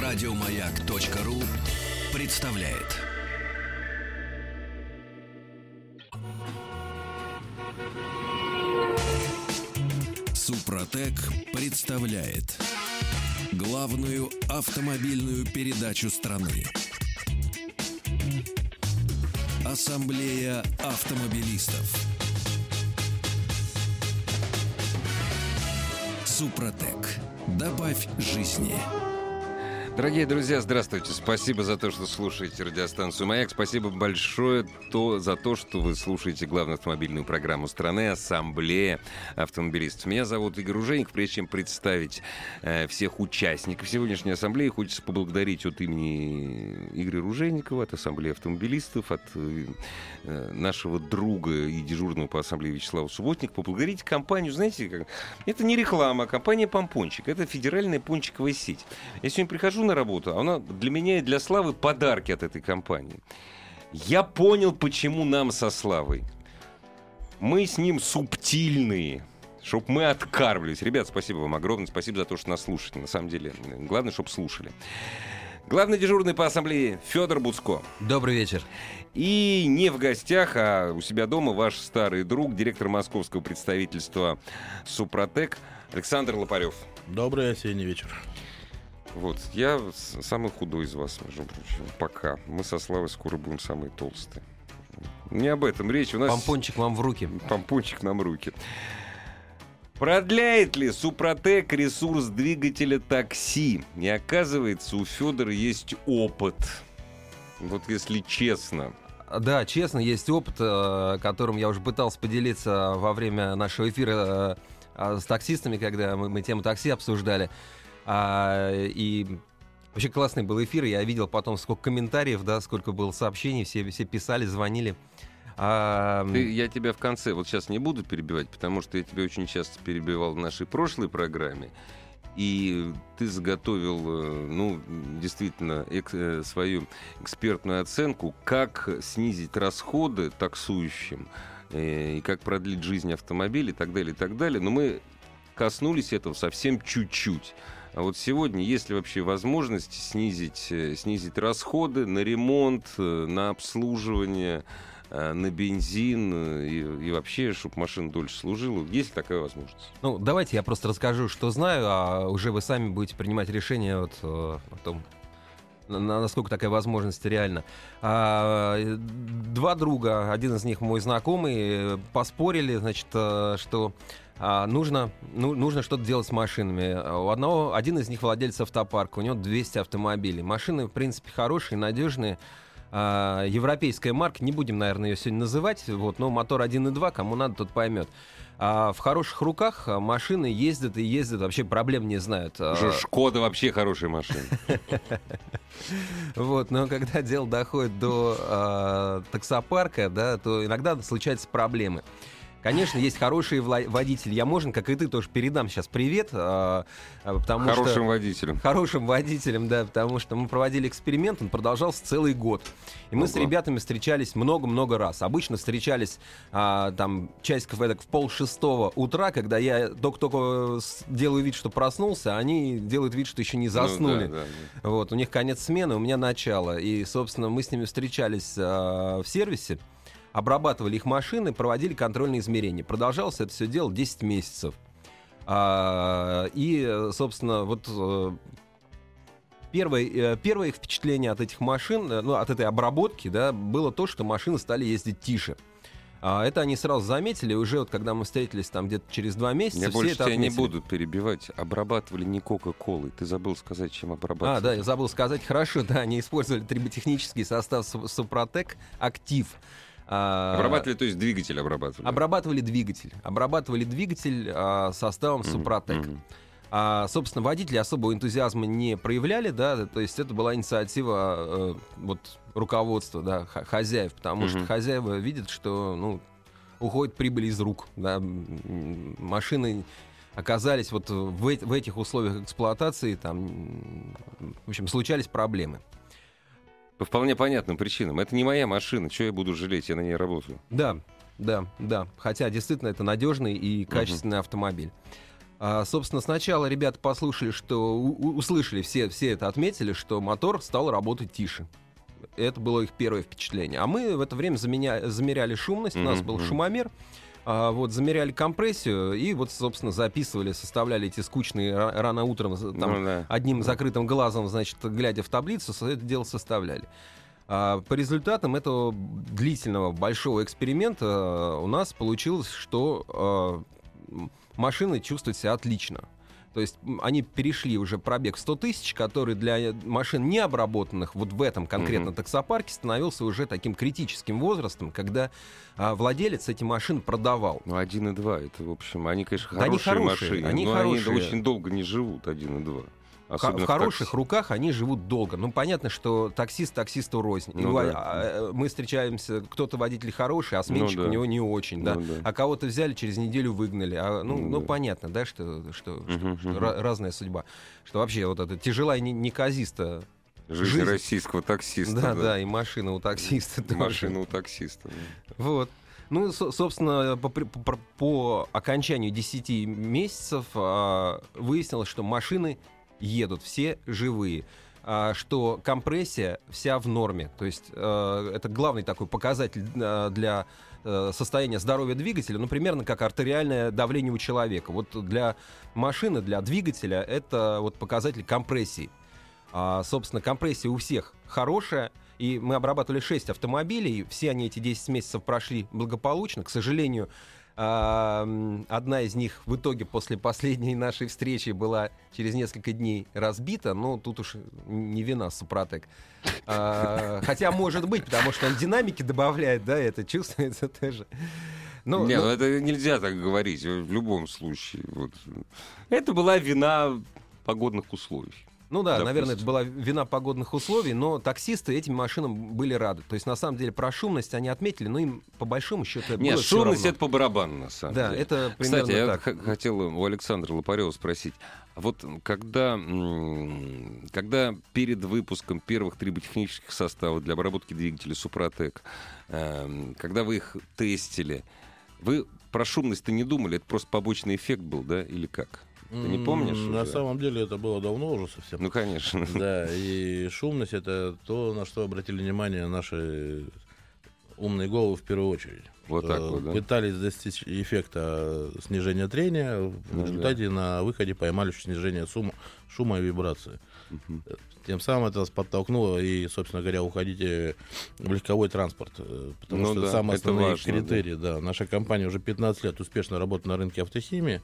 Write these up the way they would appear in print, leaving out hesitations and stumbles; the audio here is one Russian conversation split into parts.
Радиомаяк.ру представляет. Супротек представляет главную автомобильную передачу страны. Ассамблея автомобилистов. Супротек. Добавь жизни. Дорогие друзья, здравствуйте. Спасибо за то, что слушаете радиостанцию «Маяк». Спасибо большое за то, что вы слушаете главную автомобильную программу страны «Ассамблея автомобилистов». Меня зовут Игорь Ужеников. Прежде чем представить всех участников сегодняшней ассамблеи, хочется поблагодарить от имени Игоря Руженикова, от Ассамблеи автомобилистов, от нашего друга и дежурного по ассамблее Вячеслава Субботника, поблагодарить компанию, знаете, это не реклама, а компания «Помпончик». Это федеральная пончиковая сеть. Я сегодня прихожу на работу, а она для меня и для Славы подарки от этой компании. Я понял, почему нам со Славой. Мы с ним субтильные, чтобы мы откармливались. Ребят, спасибо вам огромное, спасибо за то, что нас слушаете. На самом деле, главное, чтобы слушали. Главный дежурный по ассамблее Федор Буцко. Добрый вечер. И не в гостях, а у себя дома ваш старый друг, директор московского представительства «Супротек» Александр Лопарев. Добрый осенний вечер. Вот, я самый худой из вас, между прочим, пока. Мы со Славой скоро будем самые толстые. Не об этом речь. У нас... Помпончик вам в руки. Помпончик нам в руки. Продляет ли Супротек ресурс двигателя такси? И оказывается, у Федора есть опыт. Вот если честно. Да, честно, есть опыт, которым я уже пытался поделиться во время нашего эфира с таксистами, когда мы тему такси обсуждали. И вообще классный был эфир. Я видел потом, сколько комментариев, да, сколько было сообщений. Все писали, звонили. Я тебя в конце вот сейчас не буду перебивать, потому что я тебя очень часто перебивал в нашей прошлой программе. И ты заготовил, ну, действительно, свою экспертную оценку, как снизить расходы таксующим, и как продлить жизнь автомобиля и так далее, и так далее. Но мы коснулись этого совсем чуть-чуть. А вот сегодня есть ли вообще возможность снизить расходы на ремонт, на обслуживание, на бензин и вообще, чтобы машина дольше служила? Есть ли такая возможность? Ну, давайте я просто расскажу, что знаю, а уже вы сами будете принимать решение вот, о том, насколько такая возможность реальна. Два друга, один из них мой знакомый, поспорили, значит, что нужно что-то делать с машинами. Один из них владелец автопарка, у него 200 автомобилей. Машины, в принципе, хорошие, надежные. Европейская марка, не будем, наверное, ее сегодня называть, вот, но мотор 1.2, кому надо, тот поймет. В хороших руках машины ездят, вообще проблем не знают. Шкода вообще хорошая машина. Вот, но когда дело доходит до таксопарка, да, то иногда случаются проблемы. Конечно, есть хорошие водители. Я, можно, как и ты, тоже передам сейчас привет. Водителям. Хорошим водителям, да, потому что мы проводили эксперимент, он продолжался целый год. И мы с ребятами встречались много-много раз. Обычно встречались там часиков в 5:30 утра, когда я только делаю вид, что проснулся, а они делают вид, что еще не заснули. Да. Вот, у них конец смены, у меня начало. И, собственно, мы с ними встречались в сервисе, обрабатывали их машины, проводили контрольные измерения. Продолжалось это все дело 10 месяцев. И, собственно, вот первое их впечатление от этих машин, ну, от этой обработки, да, было то, что машины стали ездить тише. Это они сразу заметили, уже вот когда мы встретились там где-то через 2 месяца, я все больше это тебя отметили. не буду перебивать. Обрабатывали не Кока-Колой. Ты забыл сказать, чем обрабатывали. Да, я забыл сказать. Хорошо, да, они использовали триботехнический состав Супротек Актив. Обрабатывали, то есть двигатель обрабатывали? Обрабатывали двигатель составом Супротек. Собственно, водители особого энтузиазма не проявляли, да, то есть это была инициатива вот, руководства, да, хозяев, потому что хозяева видят, что уходит прибыль из рук, да, машины оказались вот в этих условиях эксплуатации, там, в общем, случались проблемы. По вполне понятным причинам. Это не моя машина, что я буду жалеть, я на ней работаю. Да. Хотя действительно это надежный и качественный автомобиль. Собственно, сначала ребята послушали, что услышали, все это отметили, что мотор стал работать тише. Это было их первое впечатление. А мы в это время замеряли шумность, у нас был шумомер, замеряли компрессию и собственно, записывали, составляли эти скучные рано утром одним закрытым глазом, значит, глядя в таблицу, это дело составляли. По результатам этого длительного большого эксперимента у нас получилось, что машины чувствуют себя отлично. То есть они перешли уже пробег в 100 тысяч, который для машин, не обработанных вот в этом конкретно таксопарке, становился уже таким критическим возрастом, когда владелец эти машины продавал. 1.2, это, в общем, они, конечно, хорошие машины, но они очень долго не живут, 1.2. В хороших руках они живут долго. Ну, понятно, что таксист таксисту рознь. Мы встречаемся, кто-то водитель хороший, а сменщик у него не очень. А кого-то взяли, через неделю выгнали. Понятно, да, что разная судьба. Что вообще вот это тяжела и неказиста жизнь российского таксиста. Да, и машина у таксиста. Машина у таксиста. Вот. Ну, собственно, по окончанию 10 месяцев выяснилось, что машины едут все живые, что компрессия вся в норме. То есть это главный такой показатель для состояния здоровья двигателя, примерно как артериальное давление у человека. Вот для машины, для двигателя это показатель компрессии. Собственно, компрессия у всех хорошая. И мы обрабатывали 6 автомобилей, все они эти 10 месяцев прошли благополучно. К сожалению, одна из них в итоге после последней нашей встречи была через несколько дней разбита, но тут уж не вина Супротек. Хотя может быть, потому что он динамики добавляет, да, это чувствуется тоже. Это нельзя так говорить в любом случае. Это была вина погодных условий. Наверное, это была вина погодных условий, но таксисты этим машинам были рады. То есть, на самом деле, про шумность они отметили, но им по большому счету это было шумность все равно. Это по барабану, на самом деле. Да, это примерно Кстати, так. Я хотел у Александра Лопарева спросить. Когда перед выпуском первых триботехнических составов для обработки двигателя Супротек, когда вы их тестили, вы про шумность-то не думали? Это просто побочный эффект был, да, или как? Ты не помнишь? На самом деле это было давно уже совсем. Ну, конечно. Да, и шумность — это то, на что обратили внимание наши умные головы в первую очередь. Вот так вот, да? Пытались достичь эффекта снижения трения, в результате на выходе поймали снижение шума и вибрации. Тем самым это нас подтолкнуло и, собственно говоря, уходите в легковой транспорт. Потому что самый основной критерий. Да. Наша компания уже 15 лет успешно работает на рынке автохимии.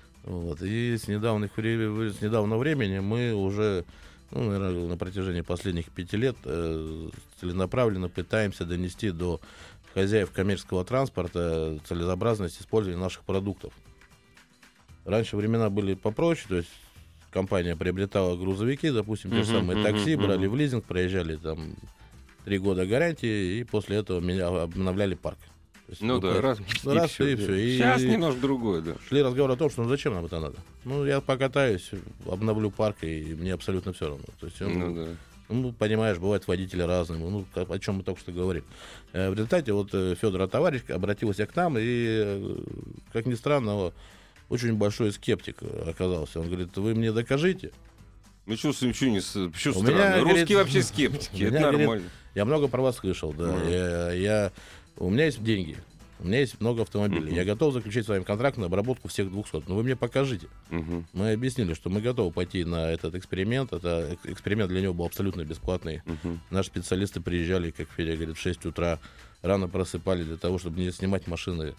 И с недавнего времени мы уже, наверное, на протяжении последних 5 лет целенаправленно пытаемся донести до хозяев коммерческого транспорта целесообразность использования наших продуктов. Раньше времена были попроще, то есть компания приобретала грузовики, допустим, те же самые такси, брали в лизинг, проезжали там 3 года гарантии, и после этого обновляли парк. Раз и все. Сейчас немножко другое, да. Шли разговоры о том, что зачем нам это надо. Я покатаюсь, обновлю парк, и мне абсолютно все равно. То есть, понимаешь, бывают водители разные. О чем мы только что говорили. В результате Федор товарищ обратился к нам, и, как ни странно, очень большой скептик оказался. Он говорит: вы мне докажите. Что странно? Русские вообще скептики, это нормально. Говорит, я много про вас слышал, да. У меня есть деньги, у меня есть много автомобилей. Я готов заключить с вами контракт на обработку всех 200. Но вы мне покажите. Мы объяснили, что мы готовы пойти на этот эксперимент. Это эксперимент для него был абсолютно бесплатный. Наши специалисты приезжали, как Федя говорит, в 6 утра. Рано просыпали для того, чтобы не снимать машины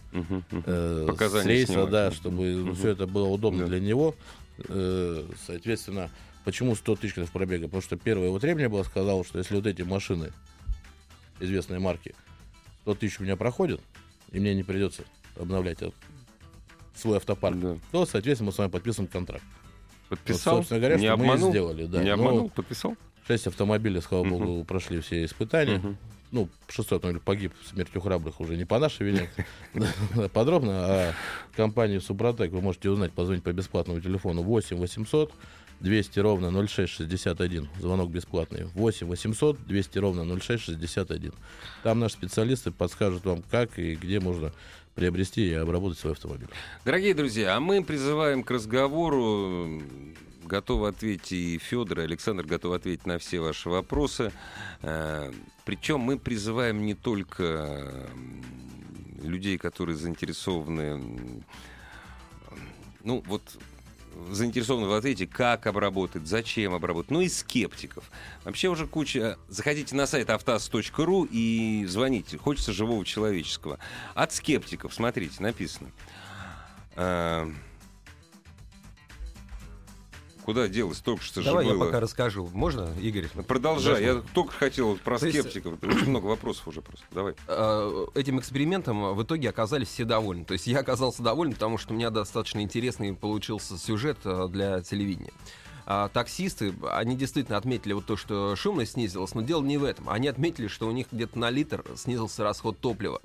с рейса, да, чтобы все это было удобно для него. Соответственно, почему 100 тысяч пробега? Потому что первое его требование было, сказал, что если эти машины известной марки 100 тысяч у меня проходят, и мне не придется обновлять свой автопарк, то, соответственно, мы с вами подписываем контракт. Подписал? Собственно говоря, не что обманул? мы и сделали. Да. Не обманул? Подписал? 6 автомобилей, слава богу, прошли все испытания. 600 автомобилей погиб смертью храбрых уже не по нашей вине. Подробно о компании Супротек вы можете узнать, позвонить по бесплатному телефону 8 800 200 ровно 0661. Звонок бесплатный. 8 800 200 ровно 0661. Там наши специалисты подскажут вам, как и где можно приобрести и обработать свой автомобиль. Дорогие друзья, а мы призываем к разговору. Готовы ответить и Федор, и Александр готовы ответить на все ваши вопросы. Причем мы призываем не только людей, которые заинтересованы, заинтересованы в ответе, как обработать, зачем обработать, и скептиков. Вообще уже куча... Заходите на сайт автаз.ру и звоните. Хочется живого человеческого. От скептиков, смотрите, написано. Куда делось? Только что Давай же было. Я пока расскажу. Можно, Игорь? Продолжай. Я только хотел про скептиков. Очень много вопросов уже просто. Давай. Этим экспериментом в итоге оказались все довольны. То есть я оказался доволен, потому что у меня достаточно интересный получился сюжет для телевидения. Таксисты, они действительно отметили то, что шумность снизилась, но дело не в этом. Они отметили, что у них где-то на литр снизился расход топлива.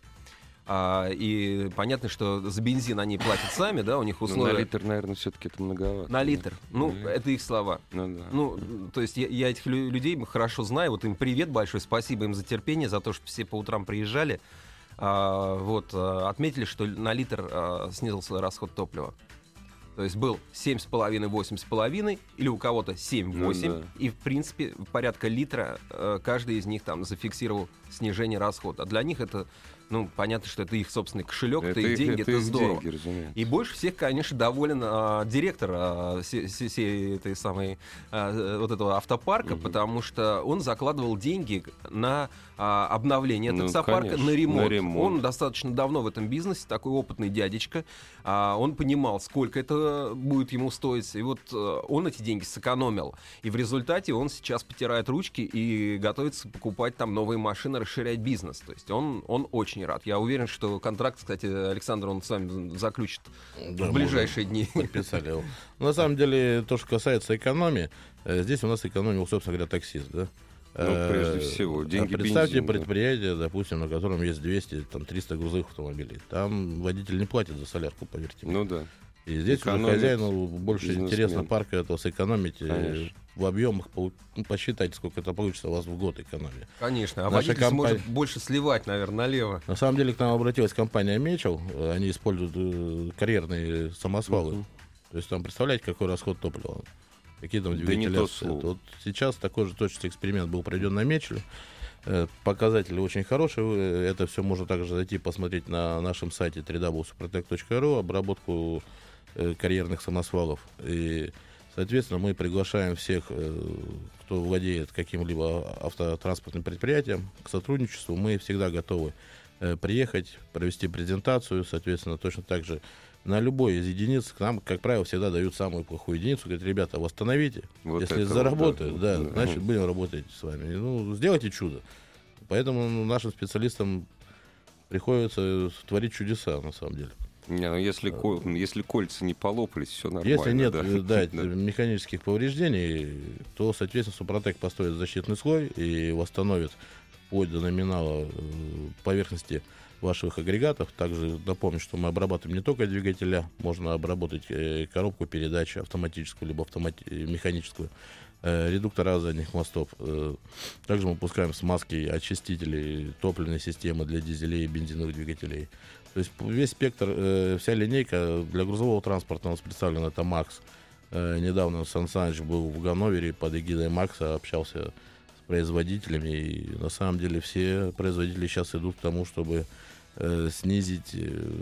И понятно, что за бензин они платят сами, да, у них условия... На литр, наверное, все-таки это многовато. На литр. Это их слова. То есть я этих людей хорошо знаю. Вот им привет большой, спасибо им за терпение, за то, что все по утрам приезжали. Отметили, что на литр снизился расход топлива. То есть был 7,5-8,5, или у кого-то 7-8, и, в принципе, порядка литра каждый из них там зафиксировал снижение расхода. А для них это... понятно, что это их собственный кошелек, это их деньги, это здорово. Деньги, и больше всех, конечно, доволен директор всей этой самой этого автопарка, потому что он закладывал деньги на обновление таксопарка, на ремонт. Он достаточно давно в этом бизнесе, такой опытный дядечка. Он понимал, сколько это будет ему стоить. И вот он эти деньги сэкономил. И в результате он сейчас потирает ручки и готовится покупать там новые машины, расширять бизнес. То есть он очень рад. Я уверен, что контракт, кстати, Александр, он с вами заключит в ближайшие дни. Подписали его. На самом деле, то, что касается экономии, здесь у нас экономил, собственно говоря, таксист, да? Прежде всего, деньги, представьте бензин, предприятие, допустим, на котором есть 200-300 грузовых автомобилей. Там водитель не платит за солярку, поверьте мне. Да. И здесь уже хозяину больше интересно парка этого сэкономить. В объемах посчитайте, сколько это получится у вас в год экономии. Конечно, а водитель сможет больше сливать, наверное, налево. На самом деле к нам обратилась компания «Мечел». Они используют карьерные самосвалы. То есть там, представляете, какой расход топлива? Какие там двигатели? Вот сейчас такой же точный эксперимент был проведен на «Мечеле». Показатели очень хорошие. Это все можно также зайти посмотреть на нашем сайте www.suprotec.ru, обработку карьерных самосвалов. И, соответственно, мы приглашаем всех, кто владеет каким-либо автотранспортным предприятием, к сотрудничеству. Мы всегда готовы приехать, провести презентацию. Соответственно, точно так же на любой из единиц к нам, как правило, всегда дают самую плохую единицу. Говорят, ребята, восстановите. Вот если заработают, значит, будем работать с вами. Сделайте чудо. Поэтому нашим специалистам приходится творить чудеса, на самом деле. Если кольца не полопались, все нормально. Если нет механических повреждений, то, соответственно, Супротек построит защитный слой и восстановит вплоть до номинала поверхности ваших агрегатов. Также напомню, что мы обрабатываем не только двигателя, можно обработать коробку передач автоматическую либо механическую, редуктора задних мостов. Также мы пускаем смазки, очистители топливной системы для дизелей и бензиновых двигателей. То есть весь спектр, вся линейка для грузового транспорта у нас представлена. Это МАКС. Недавно Сан Саныч был в Ганновере под эгидой МАКСа, общался с производителями. И на самом деле все производители сейчас идут к тому, чтобы снизить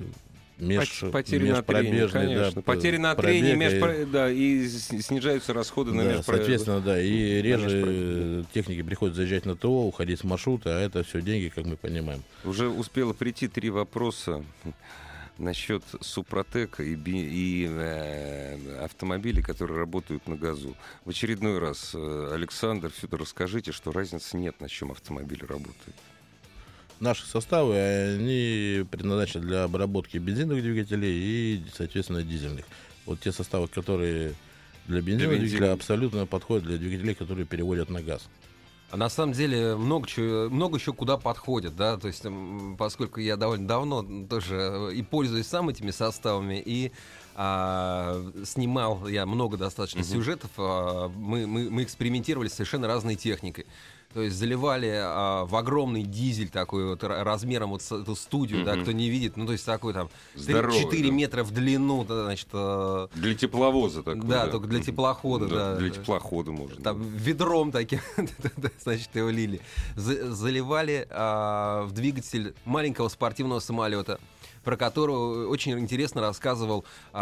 потери на трение, конечно. Потери на трение, и снижаются расходы на межпробег. Соответственно, и реже техники приходится заезжать на ТО, уходить с маршрута, а это все деньги, как мы понимаем. Уже успело прийти 3 вопроса насчет Супротека и автомобилей, которые работают на газу. В очередной раз, Александр, Федор, расскажите, что разницы нет, на чем автомобиль работает. Наши составы, они предназначены для обработки бензиновых двигателей и, соответственно, дизельных. Вот те составы, которые для бензиновых двигателей, абсолютно подходят для двигателей, которые переводят на газ. А на самом деле много еще куда подходит, да, то есть поскольку я довольно давно тоже и пользуюсь сам этими составами, и снимал я много достаточно сюжетов, мы экспериментировали с совершенно разной техникой. То есть заливали в огромный дизель такой вот размером вот эту студию, да, кто не видит, ну то есть такой там 4 метра в длину, да, значит... Для тепловоза такой. Да, только для теплохода, да. Для теплохода можно. Там ведром таким, значит, его лили. Заливали в двигатель маленького спортивного самолета, про которого очень интересно рассказывал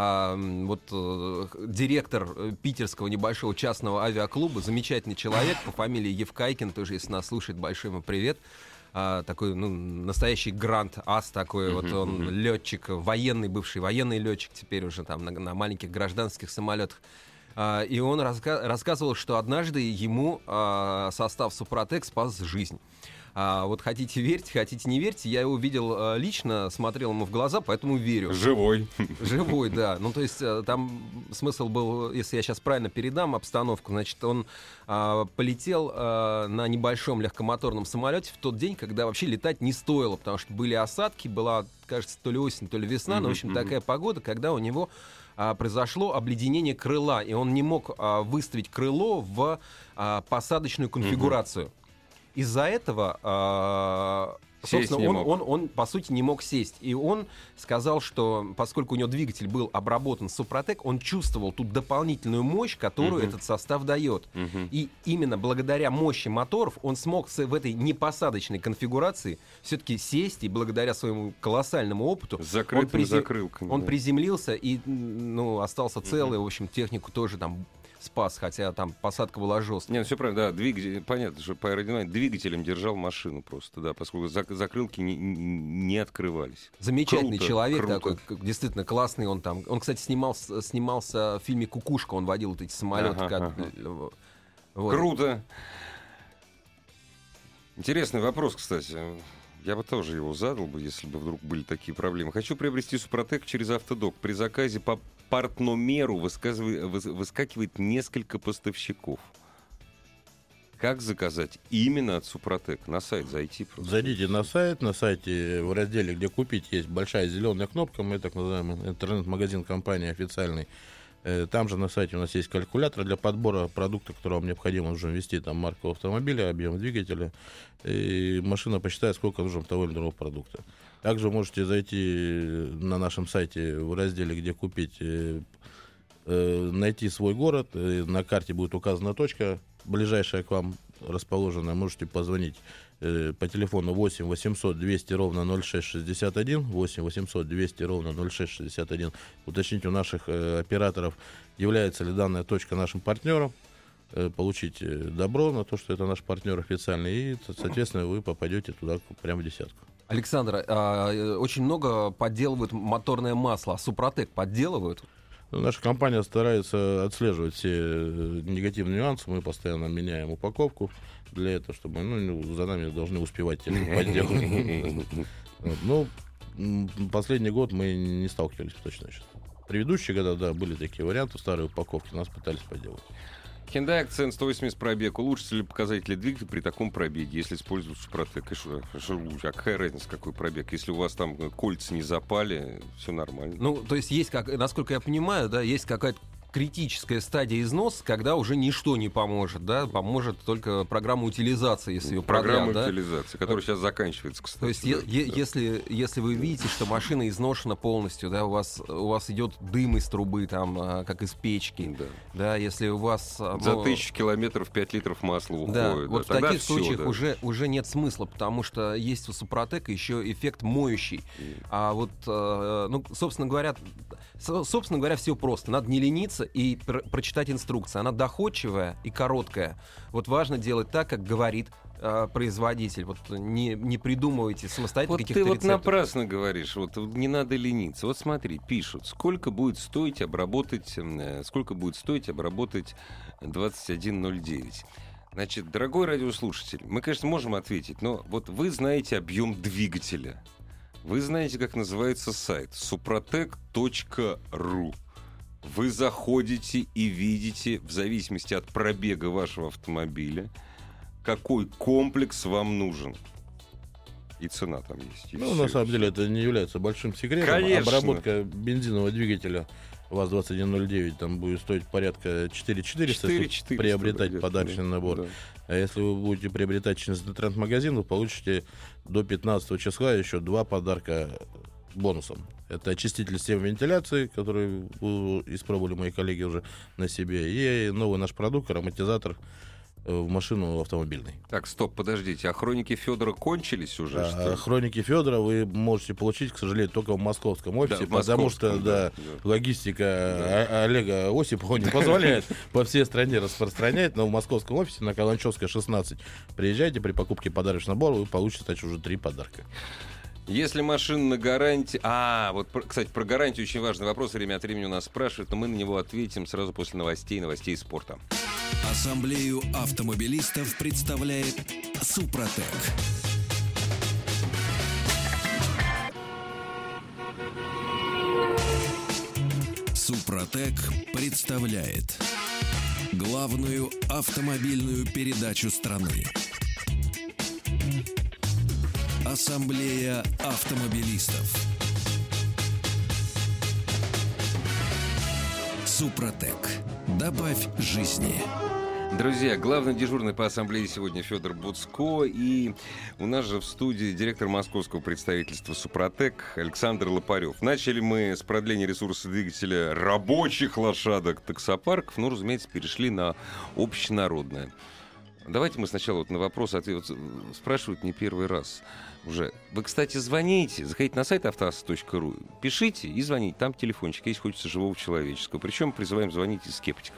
директор питерского небольшого частного авиаклуба, замечательный человек по фамилии Евкайкин, тоже, если нас слушает, большой ему привет. Такой, настоящий гранд-ас такой, вот он летчик, бывший военный летчик, теперь уже там на маленьких гражданских самолетах. И он рассказывал, что однажды ему состав Супротек спас жизнь. Вот хотите верьте, хотите не верьте, я его видел лично, смотрел ему в глаза, поэтому верю. Живой. Живой, да. Ну, то есть там смысл был, если я сейчас правильно передам обстановку, значит, он полетел на небольшом легкомоторном самолете в тот день, когда вообще летать не стоило, потому что были осадки, была, кажется, то ли осень, то ли весна, но, в общем, такая погода, когда у него произошло обледенение крыла, и он не мог выставить крыло в посадочную конфигурацию. Из-за этого, собственно, он, по сути, не мог сесть. И он сказал, что поскольку у него двигатель был обработан Супротек, он чувствовал тут дополнительную мощь, которую этот состав дает. И именно благодаря мощи моторов он смог в этой непосадочной конфигурации все-таки сесть, и благодаря своему колоссальному опыту он приземлился и остался целый. В общем, технику тоже там спас, хотя там посадка была жесткая. Нет, все правильно, да, двигатель, понятно, что по аэродинамике двигателем держал машину просто, да, поскольку закрылки не открывались. Замечательный человек такой, действительно классный он там. Он, кстати, снимался в фильме «Кукушка», он водил вот эти самолеты. Вот. Круто! Интересный вопрос, кстати. Я бы тоже его задал бы, если бы вдруг были такие проблемы. Хочу приобрести Супротек через Автодок. При заказе по партномеру выскакивает несколько поставщиков. Как заказать именно от Супротек? На сайт зайти просто. Зайдите на сайт. На сайте в разделе, где купить, есть большая зеленая кнопка. Мы так называемый интернет-магазин компании официальный. Там же на сайте у нас есть калькулятор для подбора продукта, который вам необходимо уже ввести, там марку автомобиля, объем двигателя, и машина посчитает, сколько нужно того или другого продукта. Также можете зайти на нашем сайте в разделе, где купить, найти свой город, на карте будет указана точка, ближайшая к вам расположенная, можете позвонить по телефону 8 800 200 ровно 0661, 8 800 200 ровно 0661. Уточнить у наших операторов, является ли данная точка нашим партнером, получить добро на то, что это наш партнер официальный, и, соответственно, вы попадете туда прямо в десятку. Александр, очень много подделывают моторное масло, а Супротек подделывают? Наша компания старается отслеживать все негативные нюансы. Мы постоянно меняем упаковку для этого, чтобы за нами должны успевать подделывать. Но последний год мы не сталкивались точно сейчас. В предыдущие года, да, были такие варианты, старые упаковки, нас пытались подделать. Hyundai Accent 180 пробег. Улучшится ли показатели двигателя при таком пробеге, если использовать Супротек? А какая разница, какой пробег? Если у вас там кольца не запали, все нормально. Ну, то есть, насколько я понимаю, да, есть какая-то критическая стадия износа, когда уже ничто не поможет, да, поможет только программа утилизации, если ее программа продлят, утилизации, да? Которая сейчас заканчивается, кстати. То есть, если вы видите, что машина изношена полностью, да, у вас идет дым из трубы, там, как из печки, да, если у вас... За 1000 километров 5 литров масла уходит. Да, вот в таких случаях уже нет смысла, потому что есть у Супротека еще эффект моющий. А вот, собственно говоря, все просто. Надо не лениться и прочитать инструкцию. Она доходчивая и короткая. Вот важно делать так, как говорит производитель. Вот не придумывайте самостоятельно каких-то рецептов. Вот ты напрасно говоришь, вот не надо лениться. Вот смотри, пишут, сколько будет стоить обработать 2109. Значит, дорогой радиослушатель, мы, конечно, можем ответить, но вот вы знаете объем двигателя. Вы знаете, как называется сайт suprotec.ru. Вы заходите и видите, в зависимости от пробега вашего автомобиля, какой комплекс вам нужен. И цена там есть. На самом деле, это не является большим секретом. Конечно. Обработка бензинового двигателя ВАЗ-2109, там будет стоить порядка 4400, если приобретать подарочный набор. Да. А если вы будете приобретать через интернет-магазин, вы получите до 15 числа еще 2 подарка бонусом. Это очиститель системы вентиляции, который испробовали мои коллеги уже на себе, и новый наш продукт, ароматизатор в машину автомобильной. Так, стоп, подождите, а хроники Федора кончились уже? Что? Хроники Федора вы можете получить, к сожалению, только в московском офисе, да, потому что логистика Олега Осипова не позволяет по всей стране распространять, но в московском офисе на Каланчевская, 16 приезжайте, при покупке подарочного набора вы получите, кстати, уже 3 подарка. Если машина на гарантии... кстати, про гарантию очень важный вопрос. Время от времени у нас спрашивают, но мы на него ответим сразу после новостей спорта. Ассамблею автомобилистов представляет Супротек. Супротек представляет главную автомобильную передачу страны. Ассамблея автомобилистов. Супротек. Добавь жизни. Друзья, главный дежурный по ассамблее сегодня Федор Буцко, и у нас же в студии директор московского представительства Супротек Александр Лопарев. Начали мы с продления ресурса двигателя рабочих лошадок таксопарков, но, разумеется, перешли на общенародное. Давайте мы сначала на вопрос ответ. Спрашивают не первый раз уже. Вы, кстати, звоните, заходите на сайт автоасса.ру, пишите и звоните. Там телефончик есть, хочется живого человеческого. Причем призываем звонить и скептиков.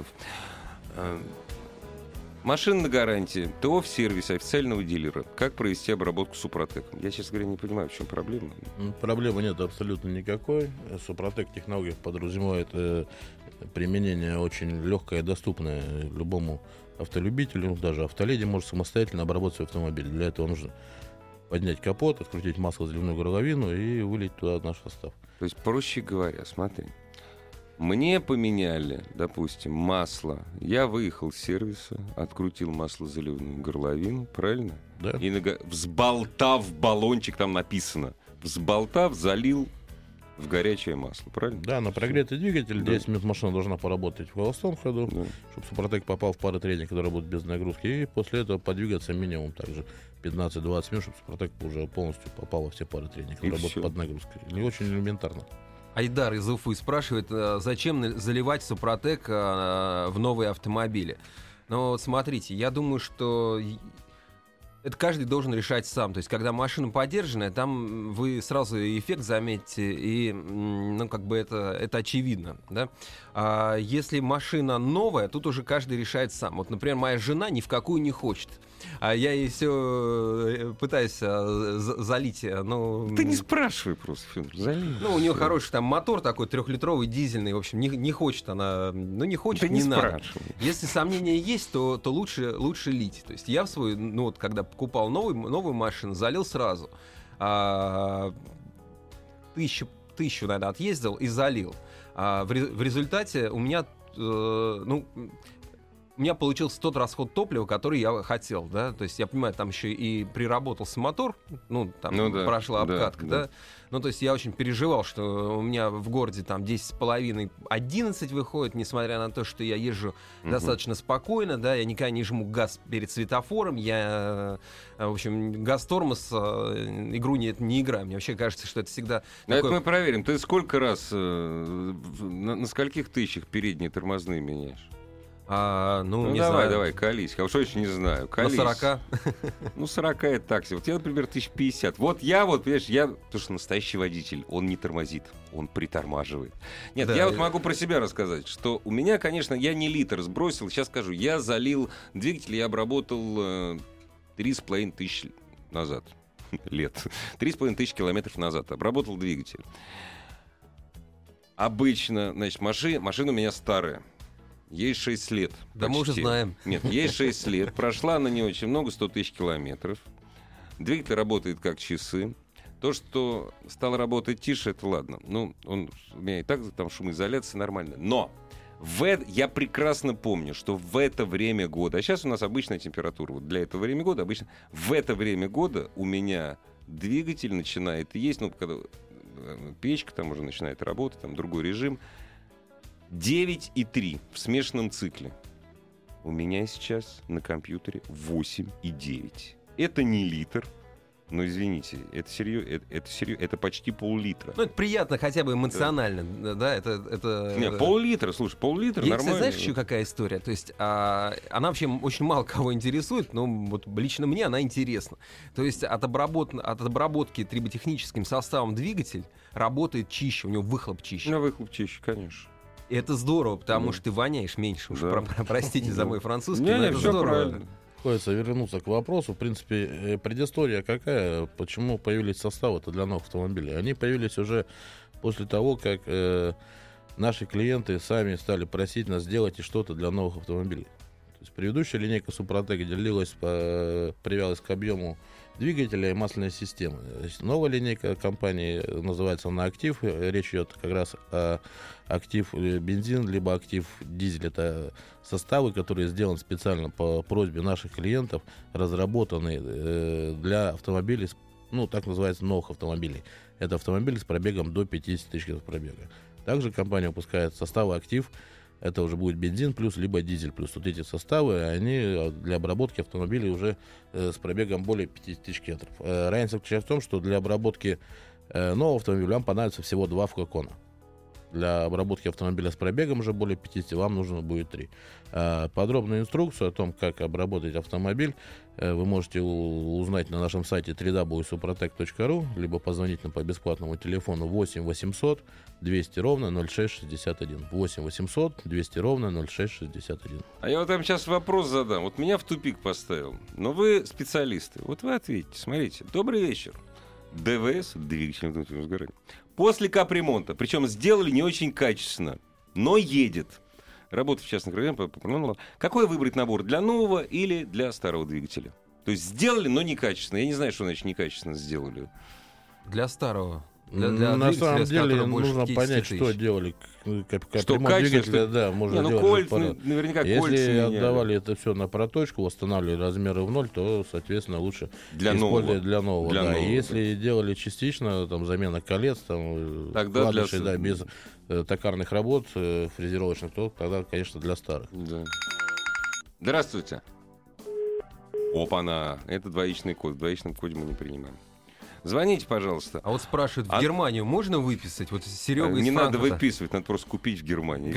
Машина на гарантии, ТО в сервисе официального дилера. Как провести обработку Супротеком? Я, честно говоря, не понимаю, в чем проблема. Проблемы нет абсолютно никакой. Супротек технология подразумевает применение очень легкое и доступное любому автолюбителю, даже автоледи может самостоятельно обработать свой автомобиль. Для этого нужно поднять капот, открутить маслозаливную горловину и вылить туда наш состав. То есть, проще говоря, смотри, мне поменяли, допустим, масло, я выехал с сервиса, открутил маслозаливную горловину, правильно? Да. И взболтав баллончик, там написано, взболтав, залил в горячее масло, правильно? Да, на прогретый двигатель, 10 минут машина должна поработать в холостом ходу, чтобы Супротек попал в паротренинг, который работает без нагрузки, и после этого подвигаться минимум также 15-20 минут, чтобы Супротек уже полностью попал во все паротренинги, которые работают под нагрузкой. Не очень элементарно. Айдар из Уфы спрашивает, зачем заливать Супротек в новые автомобили. Но вот смотрите, я думаю, что это каждый должен решать сам. То есть, когда машина подержанная, там вы сразу эффект заметите, и это очевидно. Да? А если машина новая, тут уже каждый решает сам. Вот, например, моя жена ни в какую не хочет. А я ей все пытаюсь залить. Но... Ты не спрашивай просто, Федор, залей. У нее хороший там мотор такой 3-литровый, дизельный. В общем, не хочет она. Не хочет, ты не надо. Спрашивай. Если сомнения есть, то лучше лить. То есть я в свой, когда покупал новую машину, залил сразу. 1000, наверное, отъездил и залил. В результате у меня получился тот расход топлива, который я хотел, да, то есть я понимаю, там еще и приработался мотор, прошла обкатка, да. То есть я очень переживал, что у меня в городе там 10,5-11 выходит, несмотря на то, что я езжу достаточно спокойно, да, я никогда не жму газ перед светофором, я, в общем, газ-тормоз, игру не играю, мне вообще кажется, что это всегда... Это мы проверим, ты сколько раз, на скольких тысячах передние тормозные меняешь? Не давай, знаю. колись. Я уж очень не знаю. Колись. На 40? 40 это такси. Вот я, например, 1050. Понимаешь, потому что настоящий водитель, он не тормозит, он притормаживает. Нет, я могу про себя рассказать, что у меня, конечно, я не литр сбросил. Сейчас скажу, я залил двигатель, я обработал 3,5 тысячи назад. 3,5 тысячи километров назад обработал двигатель. Обычно, значит, машина у меня старая. Ей 6 лет. Да, мы уже знаем. Нет, ей 6 лет. Прошла она не очень много, 100 тысяч километров. Двигатель работает как часы. То, что стало работать тише, это ладно. У меня и так там шумоизоляция нормально. Но я прекрасно помню, что в это время года, а сейчас у нас обычная температура, вот для этого времени года обычно, в это время года у меня двигатель начинает есть, когда печка там уже начинает работать, там другой режим. 9,3 в смешанном цикле. У меня сейчас на компьютере 8,9. Это не литр. Но извините, это серьезно, это почти пол-литра. Ну, это приятно хотя бы эмоционально, да? Это... Нет, пол-литра, слушай, пол-литра Есть, нормально. знаешь, еще какая история? То есть она вообще очень мало кого интересует, но вот лично мне она интересна. То есть от обработки триботехническим составом двигатель работает чище, у него выхлоп чище. Ну, выхлоп чище, конечно. И это здорово, потому что ты воняешь меньше. Уж простите за мой французский, но это все здорово. правильно. Хочется вернуться к вопросу. В принципе, предыстория какая? Почему появились составы-то для новых автомобилей? Они появились уже после того, как наши клиенты сами стали просить нас сделать что-то для новых автомобилей. То есть предыдущая линейка Супротек привязалась к объему двигателя и масляной системы. Значит, новая линейка компании называется она «Актив». Речь идет как раз о «Актив бензин», либо «Актив дизель». Это составы, которые сделаны специально по просьбе наших клиентов, разработаны для автомобилей, так называется, новых автомобилей. Это автомобили с пробегом до 50 тысяч км пробега. Также компания выпускает составы «Актив». Это уже будет бензин плюс, либо дизель плюс. Вот эти составы, они для обработки автомобилей уже с пробегом более 50 тысяч километров. Разница заключается в том, что для обработки нового автомобиля вам понадобится всего 2 флакона. Для обработки автомобиля с пробегом уже более 50 вам нужно будет 3. Подробную инструкцию о том, как обработать автомобиль, вы можете узнать на нашем сайте www.suprotec.ru, либо позвонить нам по бесплатному телефону 8 800 200 ровно 0661. 8 800 200 ровно 0661. А я вот там сейчас вопрос задам. Вот меня в тупик поставил. Но вы специалисты. Вот вы ответите. Смотрите. Добрый вечер. ДВС, двигатель внутреннего сгорания, после капремонта, причем сделали не очень качественно, но едет. Работа в частных районах. Какой выбрать набор, для нового или для старого двигателя? То есть сделали, но некачественно. Я не знаю, что значит некачественно сделали. Для старого. На самом деле нужно понять, что делали. Капремонт двигателя, да, можно делать. Наверняка если отдавали это все на проточку, восстанавливали размеры в ноль, то, соответственно, лучше использовать для нового. Да. Если делали частично, там, замена колец, там, вкладышей, да, без токарных работ фрезеровочных, то тогда, конечно, для старых. Да. Здравствуйте. Опа-на. Это двоичный код. В двоичном коде мы не принимаем. Звоните, пожалуйста. А вот спрашивают, в Германию можно выписать? Вот Серега из Не Франкфурта. надо выписывать, надо просто купить в Германии.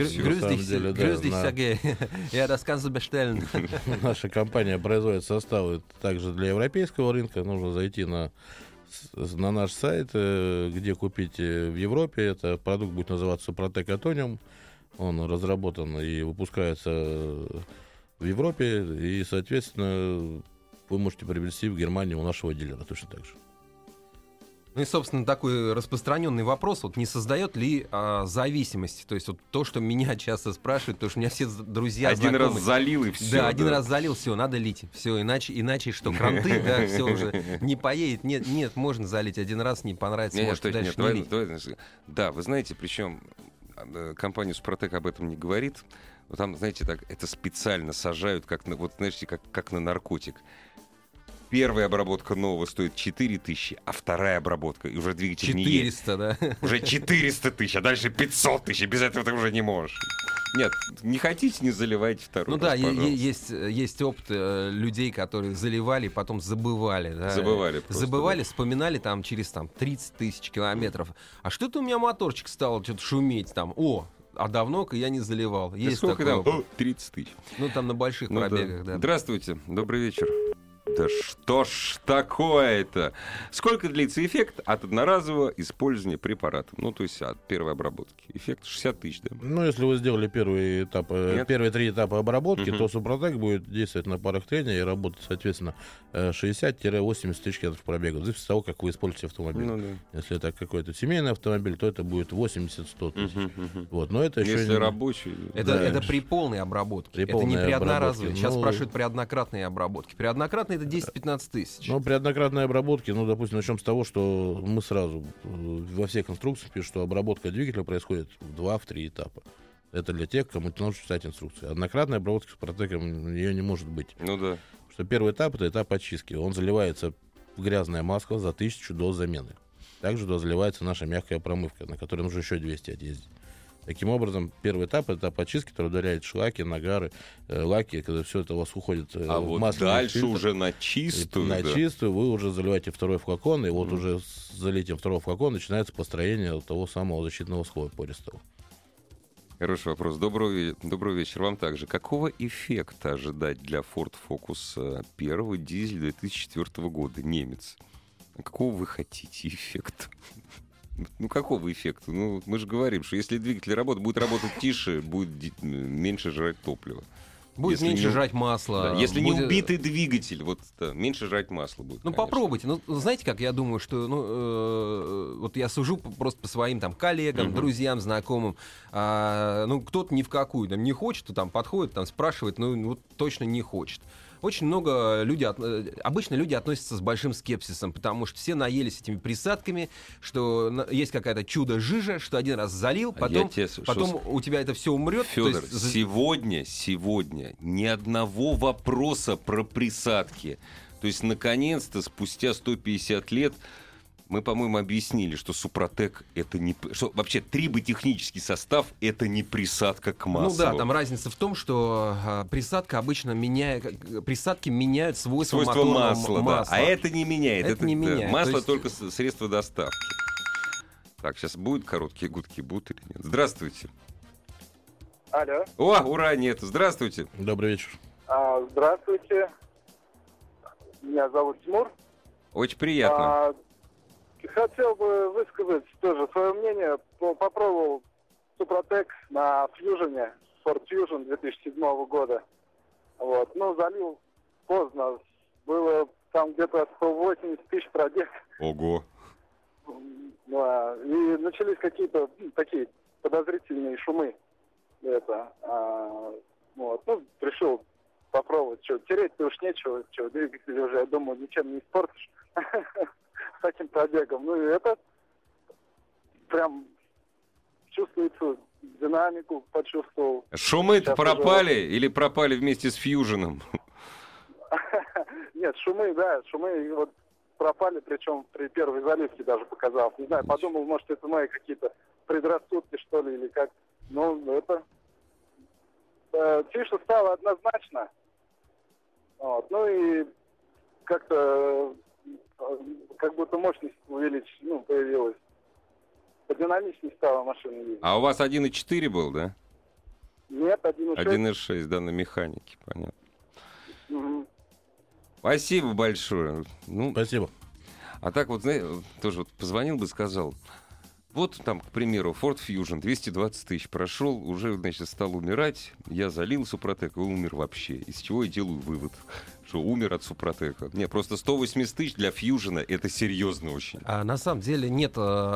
Наша компания производит составы также для европейского рынка. Нужно зайти на наш сайт, где купить в Европе. Это продукт будет называться Suprotec Atonium. Он разработан и выпускается в Европе. И, соответственно, вы можете приобрести в Германии у нашего дилера точно так же. Ну и, собственно, такой распространенный вопрос, вот не создает ли зависимости? То есть вот то, что меня часто спрашивают, потому что у меня все друзья один знакомые, раз залил и все. Да, один раз залил, все, надо лить. Все, иначе что, кранты, да, все уже не поедет. Нет, можно залить один раз, не понравится, можете дальше не лить. Да, вы знаете, причем компания Супротек об этом не говорит. Но там, знаете, так это специально сажают, как на наркотик. Первая обработка нового стоит 4000, а вторая обработка, и уже двигатель 400, не едет. Да? Уже 400 тысяч, а дальше 500 тысяч, без этого ты уже не можешь. Нет, не хотите, не заливайте второй раз, пожалуйста. Есть опыт людей, которые заливали, потом забывали. Да? Забывали, вспоминали там через 30 тысяч километров. А что-то у меня моторчик стал что-то шуметь там. А давно-ка я не заливал. Есть сколько такое там? 30 тысяч. Ну, там на больших пробегах, да. Здравствуйте, добрый вечер. Да что ж такое-то? Сколько длится эффект от одноразового использования препарата? Ну, то есть от первой обработки. Эффект 60 тысяч, да? Ну, если вы сделали первые 3 этапа обработки, то Супротек будет действовать на парах трения и работать, соответственно, 60-80 тысяч километров пробега. В зависимости от того, как вы используете автомобиль. Ну, да. Если это какой-то семейный автомобиль, то это будет 80-100 тысяч. Вот, но это если рабочий... Это при полной обработке. Это не при одноразовой. Сейчас спрашивают при однократной обработке. При однократной это 10-15 тысяч. Ну, при однократной обработке, допустим, начнем с того, что мы сразу во всех инструкциях пишем, что обработка двигателя происходит в 2-3 этапа. Это для тех, кому нужно читать инструкции. Однократной обработки с Супротеком ее не может быть. Ну да. Потому что первый этап — это этап очистки. Он заливается в грязное масло за 1000 до замены. Также туда заливается наша мягкая промывка, на которой нужно еще 200 отъездить. Таким образом, первый этап — это этап очистки, который удаляет шлаки, нагары, лаки, когда все это у вас уходит в вот масляный дальше фильтр. уже на чистую. На да. чистую вы уже заливаете второй флакон, и вот уже с залитием второго флакона начинается построение того самого защитного слоя пористого. Хороший вопрос. Добрый вечер вам также. Какого эффекта ожидать для Ford Focus 1 дизель 2004 года? Немец. А какого вы хотите эффекта? Ну, какого эффекта? Ну, мы же говорим, что если двигатель будет работать тише, будет меньше жрать топлива. Будет меньше жрать масла. Да, если не убитый двигатель, меньше жрать масла будет. Ну, конечно. попробуйте. Ну, знаете, как я думаю, что, вот я сужу просто по своим там коллегам, друзьям, знакомым. Кто-то ни в какую там не хочет, то там подходит, там спрашивает, точно не хочет. Очень много обычно люди относятся с большим скепсисом, потому что все наелись этими присадками, что есть какая-то чудо-жижа, что один раз залил, потом у тебя это все умрет. Федор, сегодня ни одного вопроса про присадки. То есть, наконец-то, спустя 150 лет мы, по-моему, объяснили, что Супротек — это не... Что вообще триботехнический состав — это не присадка к маслу. Ну да, там разница в том, что присадка обычно присадки меняют свойства масла. Да. А это не меняет. Это не меняет. Масло есть... только средство доставки. Так, сейчас будут короткие гудки, будут или нет? Здравствуйте. Алло. О, ура, нет. Здравствуйте. Добрый вечер. Здравствуйте. Меня зовут Тимур. Очень приятно. Хотел бы высказать тоже свое мнение. Попробовал Супротек на Фьюжене, Ford Fusion 2007 года. Вот. Залил поздно. Было там где-то 180 тысяч пробег. Ого. Да. И начались какие-то такие подозрительные шумы. Решил попробовать. Тереть-то уж нечего. Двигатель уже, я думаю, ничем не испортишь. С таким пробегом. И это прям чувствуется, динамику почувствовал. Шумы-то пропали или пропали вместе с Фьюженом? Нет, шумы пропали, причем при первой заливке даже показалось. Не знаю, подумал, может, это мои какие-то предрассудки, что ли, или как. Тише стало однозначно. И как-то как будто мощность появилась. Подинамичнее стала машина ездить. А у вас 1.4 был, да? Нет, 1.6. 1.6, да, на механике, понятно. Угу. Спасибо большое. Спасибо. А так тоже позвонил бы, сказал, к примеру, Ford Fusion 220 тысяч прошел, уже, стал умирать, я залил Супротек, и умер вообще. Из чего я делаю вывод, что умер от Супротека. Не, просто 180 тысяч для Фьюжена — это серьезно очень. А на самом деле нет,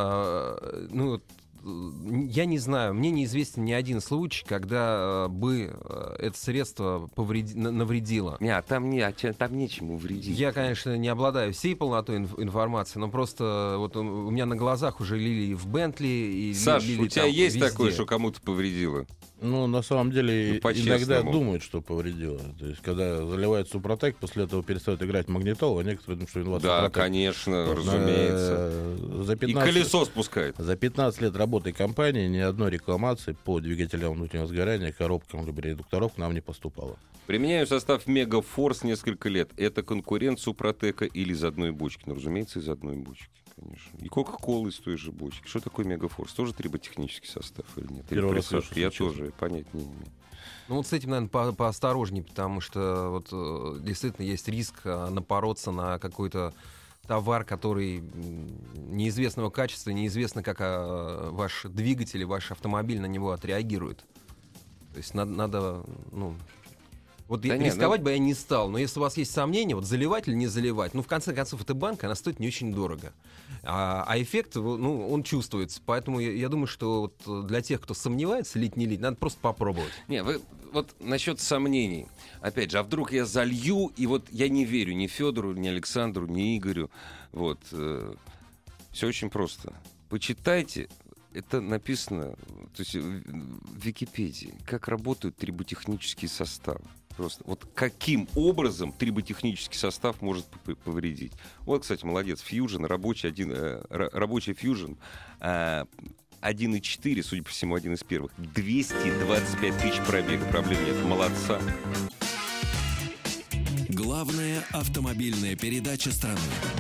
я не знаю, мне неизвестен ни один случай, когда бы это средство навредило. Там нечему вредить. Я, конечно, не обладаю всей полнотой информации, но просто у меня на глазах уже лили и в Бентли, и Саш, лили у тебя есть везде. такое, что кому-то повредило? На самом деле, по-честному. иногда думают, что повредило. То есть, когда заливают Супротек, после этого перестают играть магнитолу, а некоторые думают, что виноват Супротек. Да, конечно, разумеется. И колесо спускает. За 15 лет работы компании ни одной рекламации по двигателям внутреннего сгорания, коробкам либо редукторов к нам не поступало. Применяю состав Мегафорс несколько лет. Это конкурент Супротека или из одной бочки? Разумеется, из одной бочки. Конечно. И Кока-Кола из той же бочки. Что такое Мегафорс? Тоже триботехнический состав или нет? Первый раз слышу, я тоже понять не имею. С этим, наверное, поосторожнее, потому что действительно есть риск напороться на какой-то товар, который неизвестного качества, неизвестно, как ваш двигатель, ваш автомобиль на него отреагирует. То есть надо рисковать бы я не стал, но если у вас есть сомнения, заливать или не заливать, в конце концов, эта банка, она стоит не очень дорого. А эффект, он чувствуется. Поэтому я думаю, что для тех, кто сомневается, лить, не лить, надо просто попробовать. Вы насчет сомнений. Опять же, а вдруг я залью, и я не верю ни Федору, ни Александру, ни Игорю. Все очень просто. Почитайте. Это написано в Википедии, как работают триботехнические составы. Просто каким образом триботехнический состав может повредить. Кстати, молодец, Fusion, рабочий Fusion 1.4, судя по всему, один из первых. 225 тысяч пробега. Проблем нет. Молодца. Главная автомобильная передача страны.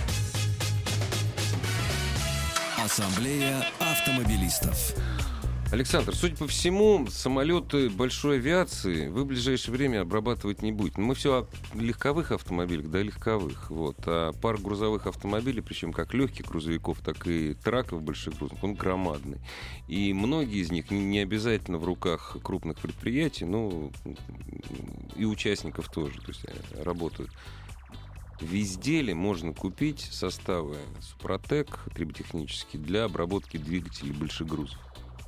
Ассамблея автомобилистов. Александр, судя по всему, самолеты большой авиации вы в ближайшее время обрабатывать не будете. Мы все о легковых автомобилях, да, легковых. Вот. А парк грузовых автомобилей, причем как легких грузовиков, так и траков больших грузов, он громадный. И многие из них не обязательно в руках крупных предприятий, но и участников тоже, то есть работают. Везде ли можно купить составы Супротек триботехнические для обработки двигателей больших грузов?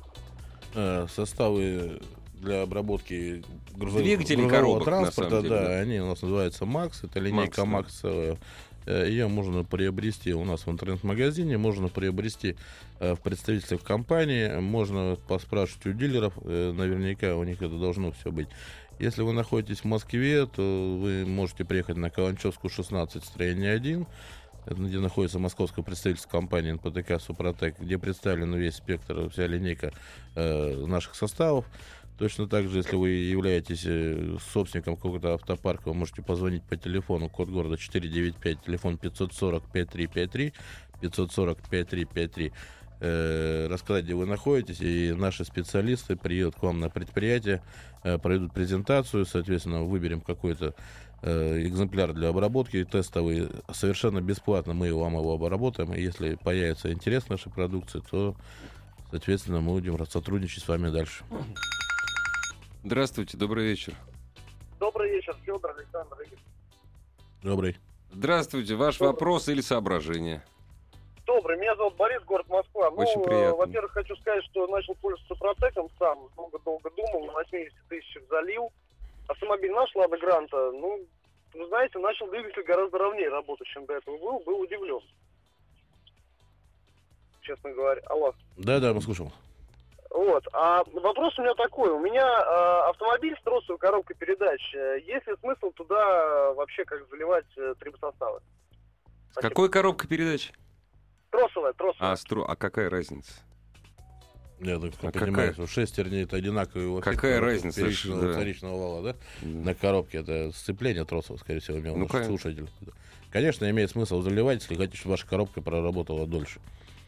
Составы для обработки двигателей, грузового коробок, транспорта, на самом деле, да. Они у нас называются МАКС, это линейка МАКСовая. Ее можно приобрести у нас в интернет-магазине, можно приобрести в представительстве компании, можно поспрашивать у дилеров, наверняка у них это должно все быть. Если вы находитесь в Москве, то вы можете приехать на Каланчевскую, 16, строение 1, где находится московское представительство компании НПТК «Супротек», где представлен весь спектр, вся линейка наших составов. Точно так же, если вы являетесь собственником какого-то автопарка, вы можете позвонить по телефону, код города 495, телефон 540-5353, 540-5353, рассказать, где вы находитесь, и наши специалисты приедут к вам на предприятие, проведут презентацию, соответственно, выберем какой-то экземпляр для обработки тестовый, совершенно бесплатно мы вам его обработаем, и если появится интерес нашей продукции, то, соответственно, мы будем сотрудничать с вами дальше. Здравствуйте, добрый вечер. Добрый вечер, Федор, Александр Игорь. Добрый. Здравствуйте, ваш вопрос или соображение? Добрый, меня зовут Борис, город Москва. Очень приятно. Во-первых, хочу сказать, что начал пользоваться Супротеком сам, долго думал, на 80 тысячах залил. Автомобиль наш Лада Гранта, вы знаете, начал двигатель гораздо ровнее работать, чем до этого был удивлен. Честно говоря. Алло. Да, мы слушаем. Вот. А вопрос у меня такой. У меня автомобиль с тросовой коробкой передач. Есть ли смысл туда вообще как заливать триботоставы? С какой коробкой передач? Тросовая. А какая разница? Я так понимаю, что шестерни это одинаковые. Какая разница? Вторичного вала, да? На коробке это сцепление тросов, скорее всего, имел наш слушатель. Конечно, имеет смысл заливать, если хотите, чтобы ваша коробка проработала дольше.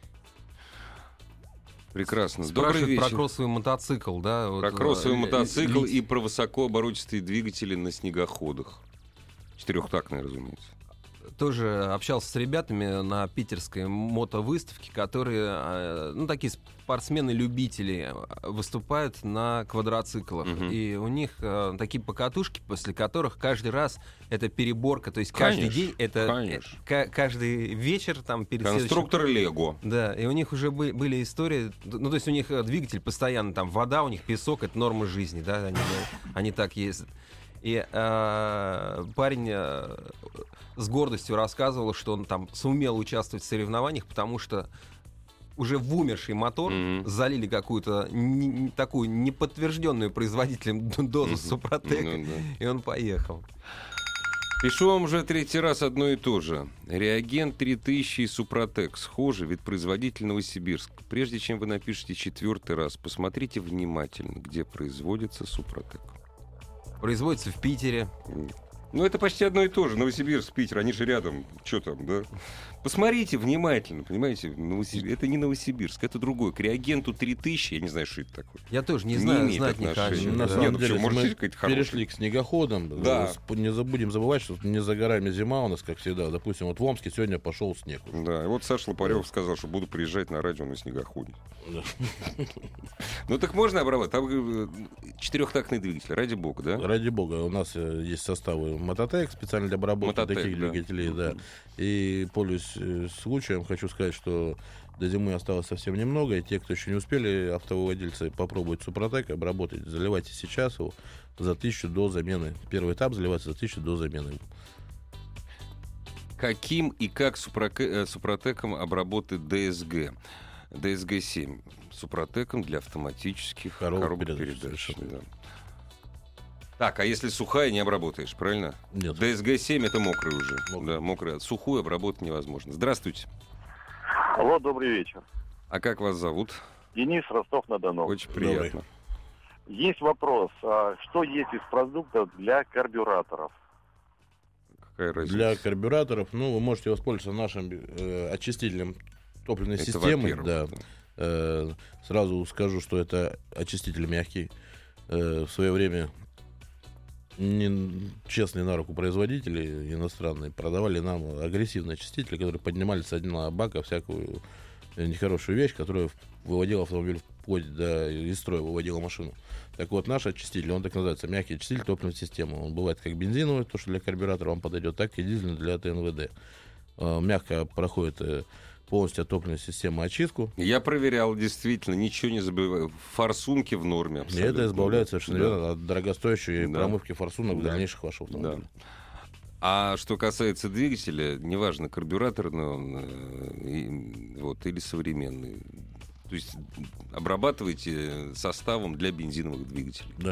Прекрасно. Спрашивают Добрый вечер. про кроссовый мотоцикл, да? Про кроссовый мотоцикл и про высокооборотистые двигатели на снегоходах. Четырехтактные, разумеется. Тоже общался с ребятами на питерской мотовыставке, которые, такие спортсмены-любители, выступают на квадроциклах. И у них такие покатушки, после которых каждый раз это переборка. То есть каждый день, это каждый вечер там перед конструктор Лего. Да, и у них уже были истории, то есть у них двигатель постоянно, там вода, у них песок, это норма жизни, да, они так ездят. И парень с гордостью рассказывал, что он там сумел участвовать в соревнованиях, потому что уже в умерший мотор залили какую-то такую неподтвержденную производителем дозу Супротека, и он поехал. Пишу вам уже третий раз одно и то же. Реагент 3000 и Супротек схожи, ведь производитель Новосибирск. Прежде чем вы напишете четвертый раз, посмотрите внимательно, где производится Супротек. Производится в Питере. Это почти одно и то же. Новосибирск, Питер, они же рядом. Что там, да? Посмотрите внимательно, понимаете? Это не Новосибирск, это другой. К реагенту 3000, я не знаю, что это такое. Я тоже не знаю, знать не хочу. На самом деле, мы перешли к снегоходам. Да. Не будем забывать, что не за горами зима у нас, как всегда. Допустим, вот в Омске сегодня пошел снег. Да, и вот Саша Лопарев сказал, что буду приезжать на радио на снегоходе. Так можно обрабатывать? Там четырехтактный двигатель, ради бога, да? Ради бога. У нас есть составы Мототек, специально для обработки таких двигателей, да. И пользуясь случаем, хочу сказать, что до зимы осталось совсем немного, и те, кто еще не успели, автовладельцы, попробуйте Супротек обработать. Заливайте сейчас его за 1000 до замены. Первый этап заливается за 1000 до замены. Каким и как Супротеком обработать ДСГ? ДСГ-7. Супротеком для автоматических коробок передач. Да. Так, а если сухая, не обработаешь, правильно? Нет. ДСГ-7 это мокрый уже. Да, мокрый. Сухую обработать невозможно. Здравствуйте. Алло, добрый вечер. А как вас зовут? Денис, Ростов-на-Дону. Очень приятно. Есть вопрос. Что есть из продуктов для карбюраторов? Какая разница? Для карбюраторов, вы можете воспользоваться нашим очистителем топливной Это системы. во-первых, Да. Сразу скажу, что это очиститель мягкий. В свое время честные на руку производители иностранные продавали нам агрессивные очистители, которые поднимали с дна бака всякую нехорошую вещь, которая выводила автомобиль вплоть до из строя, выводила машину. Так вот, наш очиститель, он так называется, мягкий очиститель топливной системы. Он бывает как бензиновый, то, что для карбюратора вам подойдет, так и дизельный для ТНВД. Мягко проходит полностью от топливной системы очистку. Я проверял, действительно, ничего не забываю. Форсунки в норме. И это избавляет совершенно верно от дорогостоящей Да. промывки форсунок в Да. дальнейших ваших автомобилей. Да. А что касается двигателя, неважно, карбюраторный он или современный. То есть обрабатывайте составом для бензиновых двигателей. Да.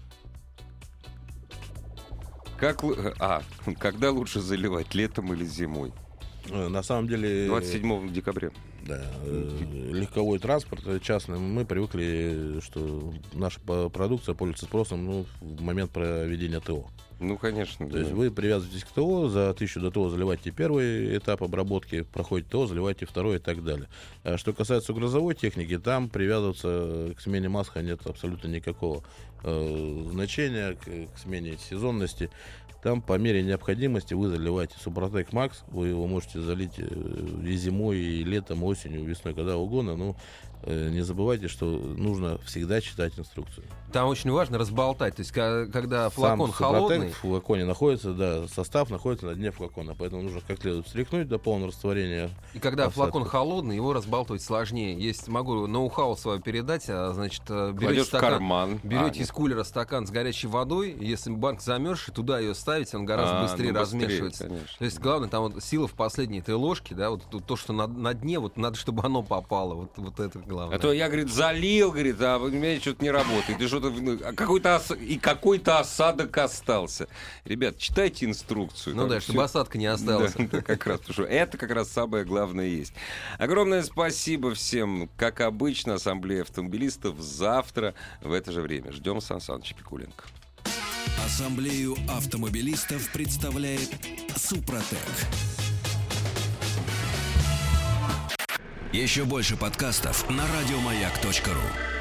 Когда лучше заливать, летом или зимой? На самом деле... 27 декабря. Да, легковой транспорт частный, мы привыкли, что наша продукция пользуется спросом в момент проведения ТО. Конечно. То есть вы привязываетесь к ТО, за 1000 до ТО заливаете первый этап обработки, проходит ТО, заливаете второй и так далее. А что касается грузовой техники, там привязываться к смене масла нет абсолютно никакого значения, к смене сезонности. Там по мере необходимости вы заливаете Супротек Макс, вы его можете залить и зимой, и летом, осенью, весной, когда угодно, но не забывайте, что нужно всегда читать инструкцию. Там очень важно разболтать, то есть когда флакон холодный... в флаконе находится, да, состав находится на дне флакона, поэтому нужно как следует встряхнуть до полного растворения. И когда остатков. флакон холодный, его разбалтывать сложнее. Могу ноу-хау свое передать, берете Кладешь в карман. берете из кулера стакан с горячей водой, если банк замерзший, туда ее ставите, он гораздо быстрее размешивается. Конечно. То есть главное, там сила в последней этой ложке, да, то, что на дне, надо, чтобы оно попало, вот это главное. А то я, залил, а у меня что-то не работает. И что-то какой-то осадок остался. Ребят, читайте инструкцию. Чтобы осадка не осталась. Да, как раз, потому что это как раз самое главное есть. Огромное спасибо всем. Как обычно, Ассамблея автомобилистов завтра в это же время. Ждем Сан Саныча Пикуленко. Ассамблею автомобилистов представляет Супротек. Еще больше подкастов на радиомаяк.ру.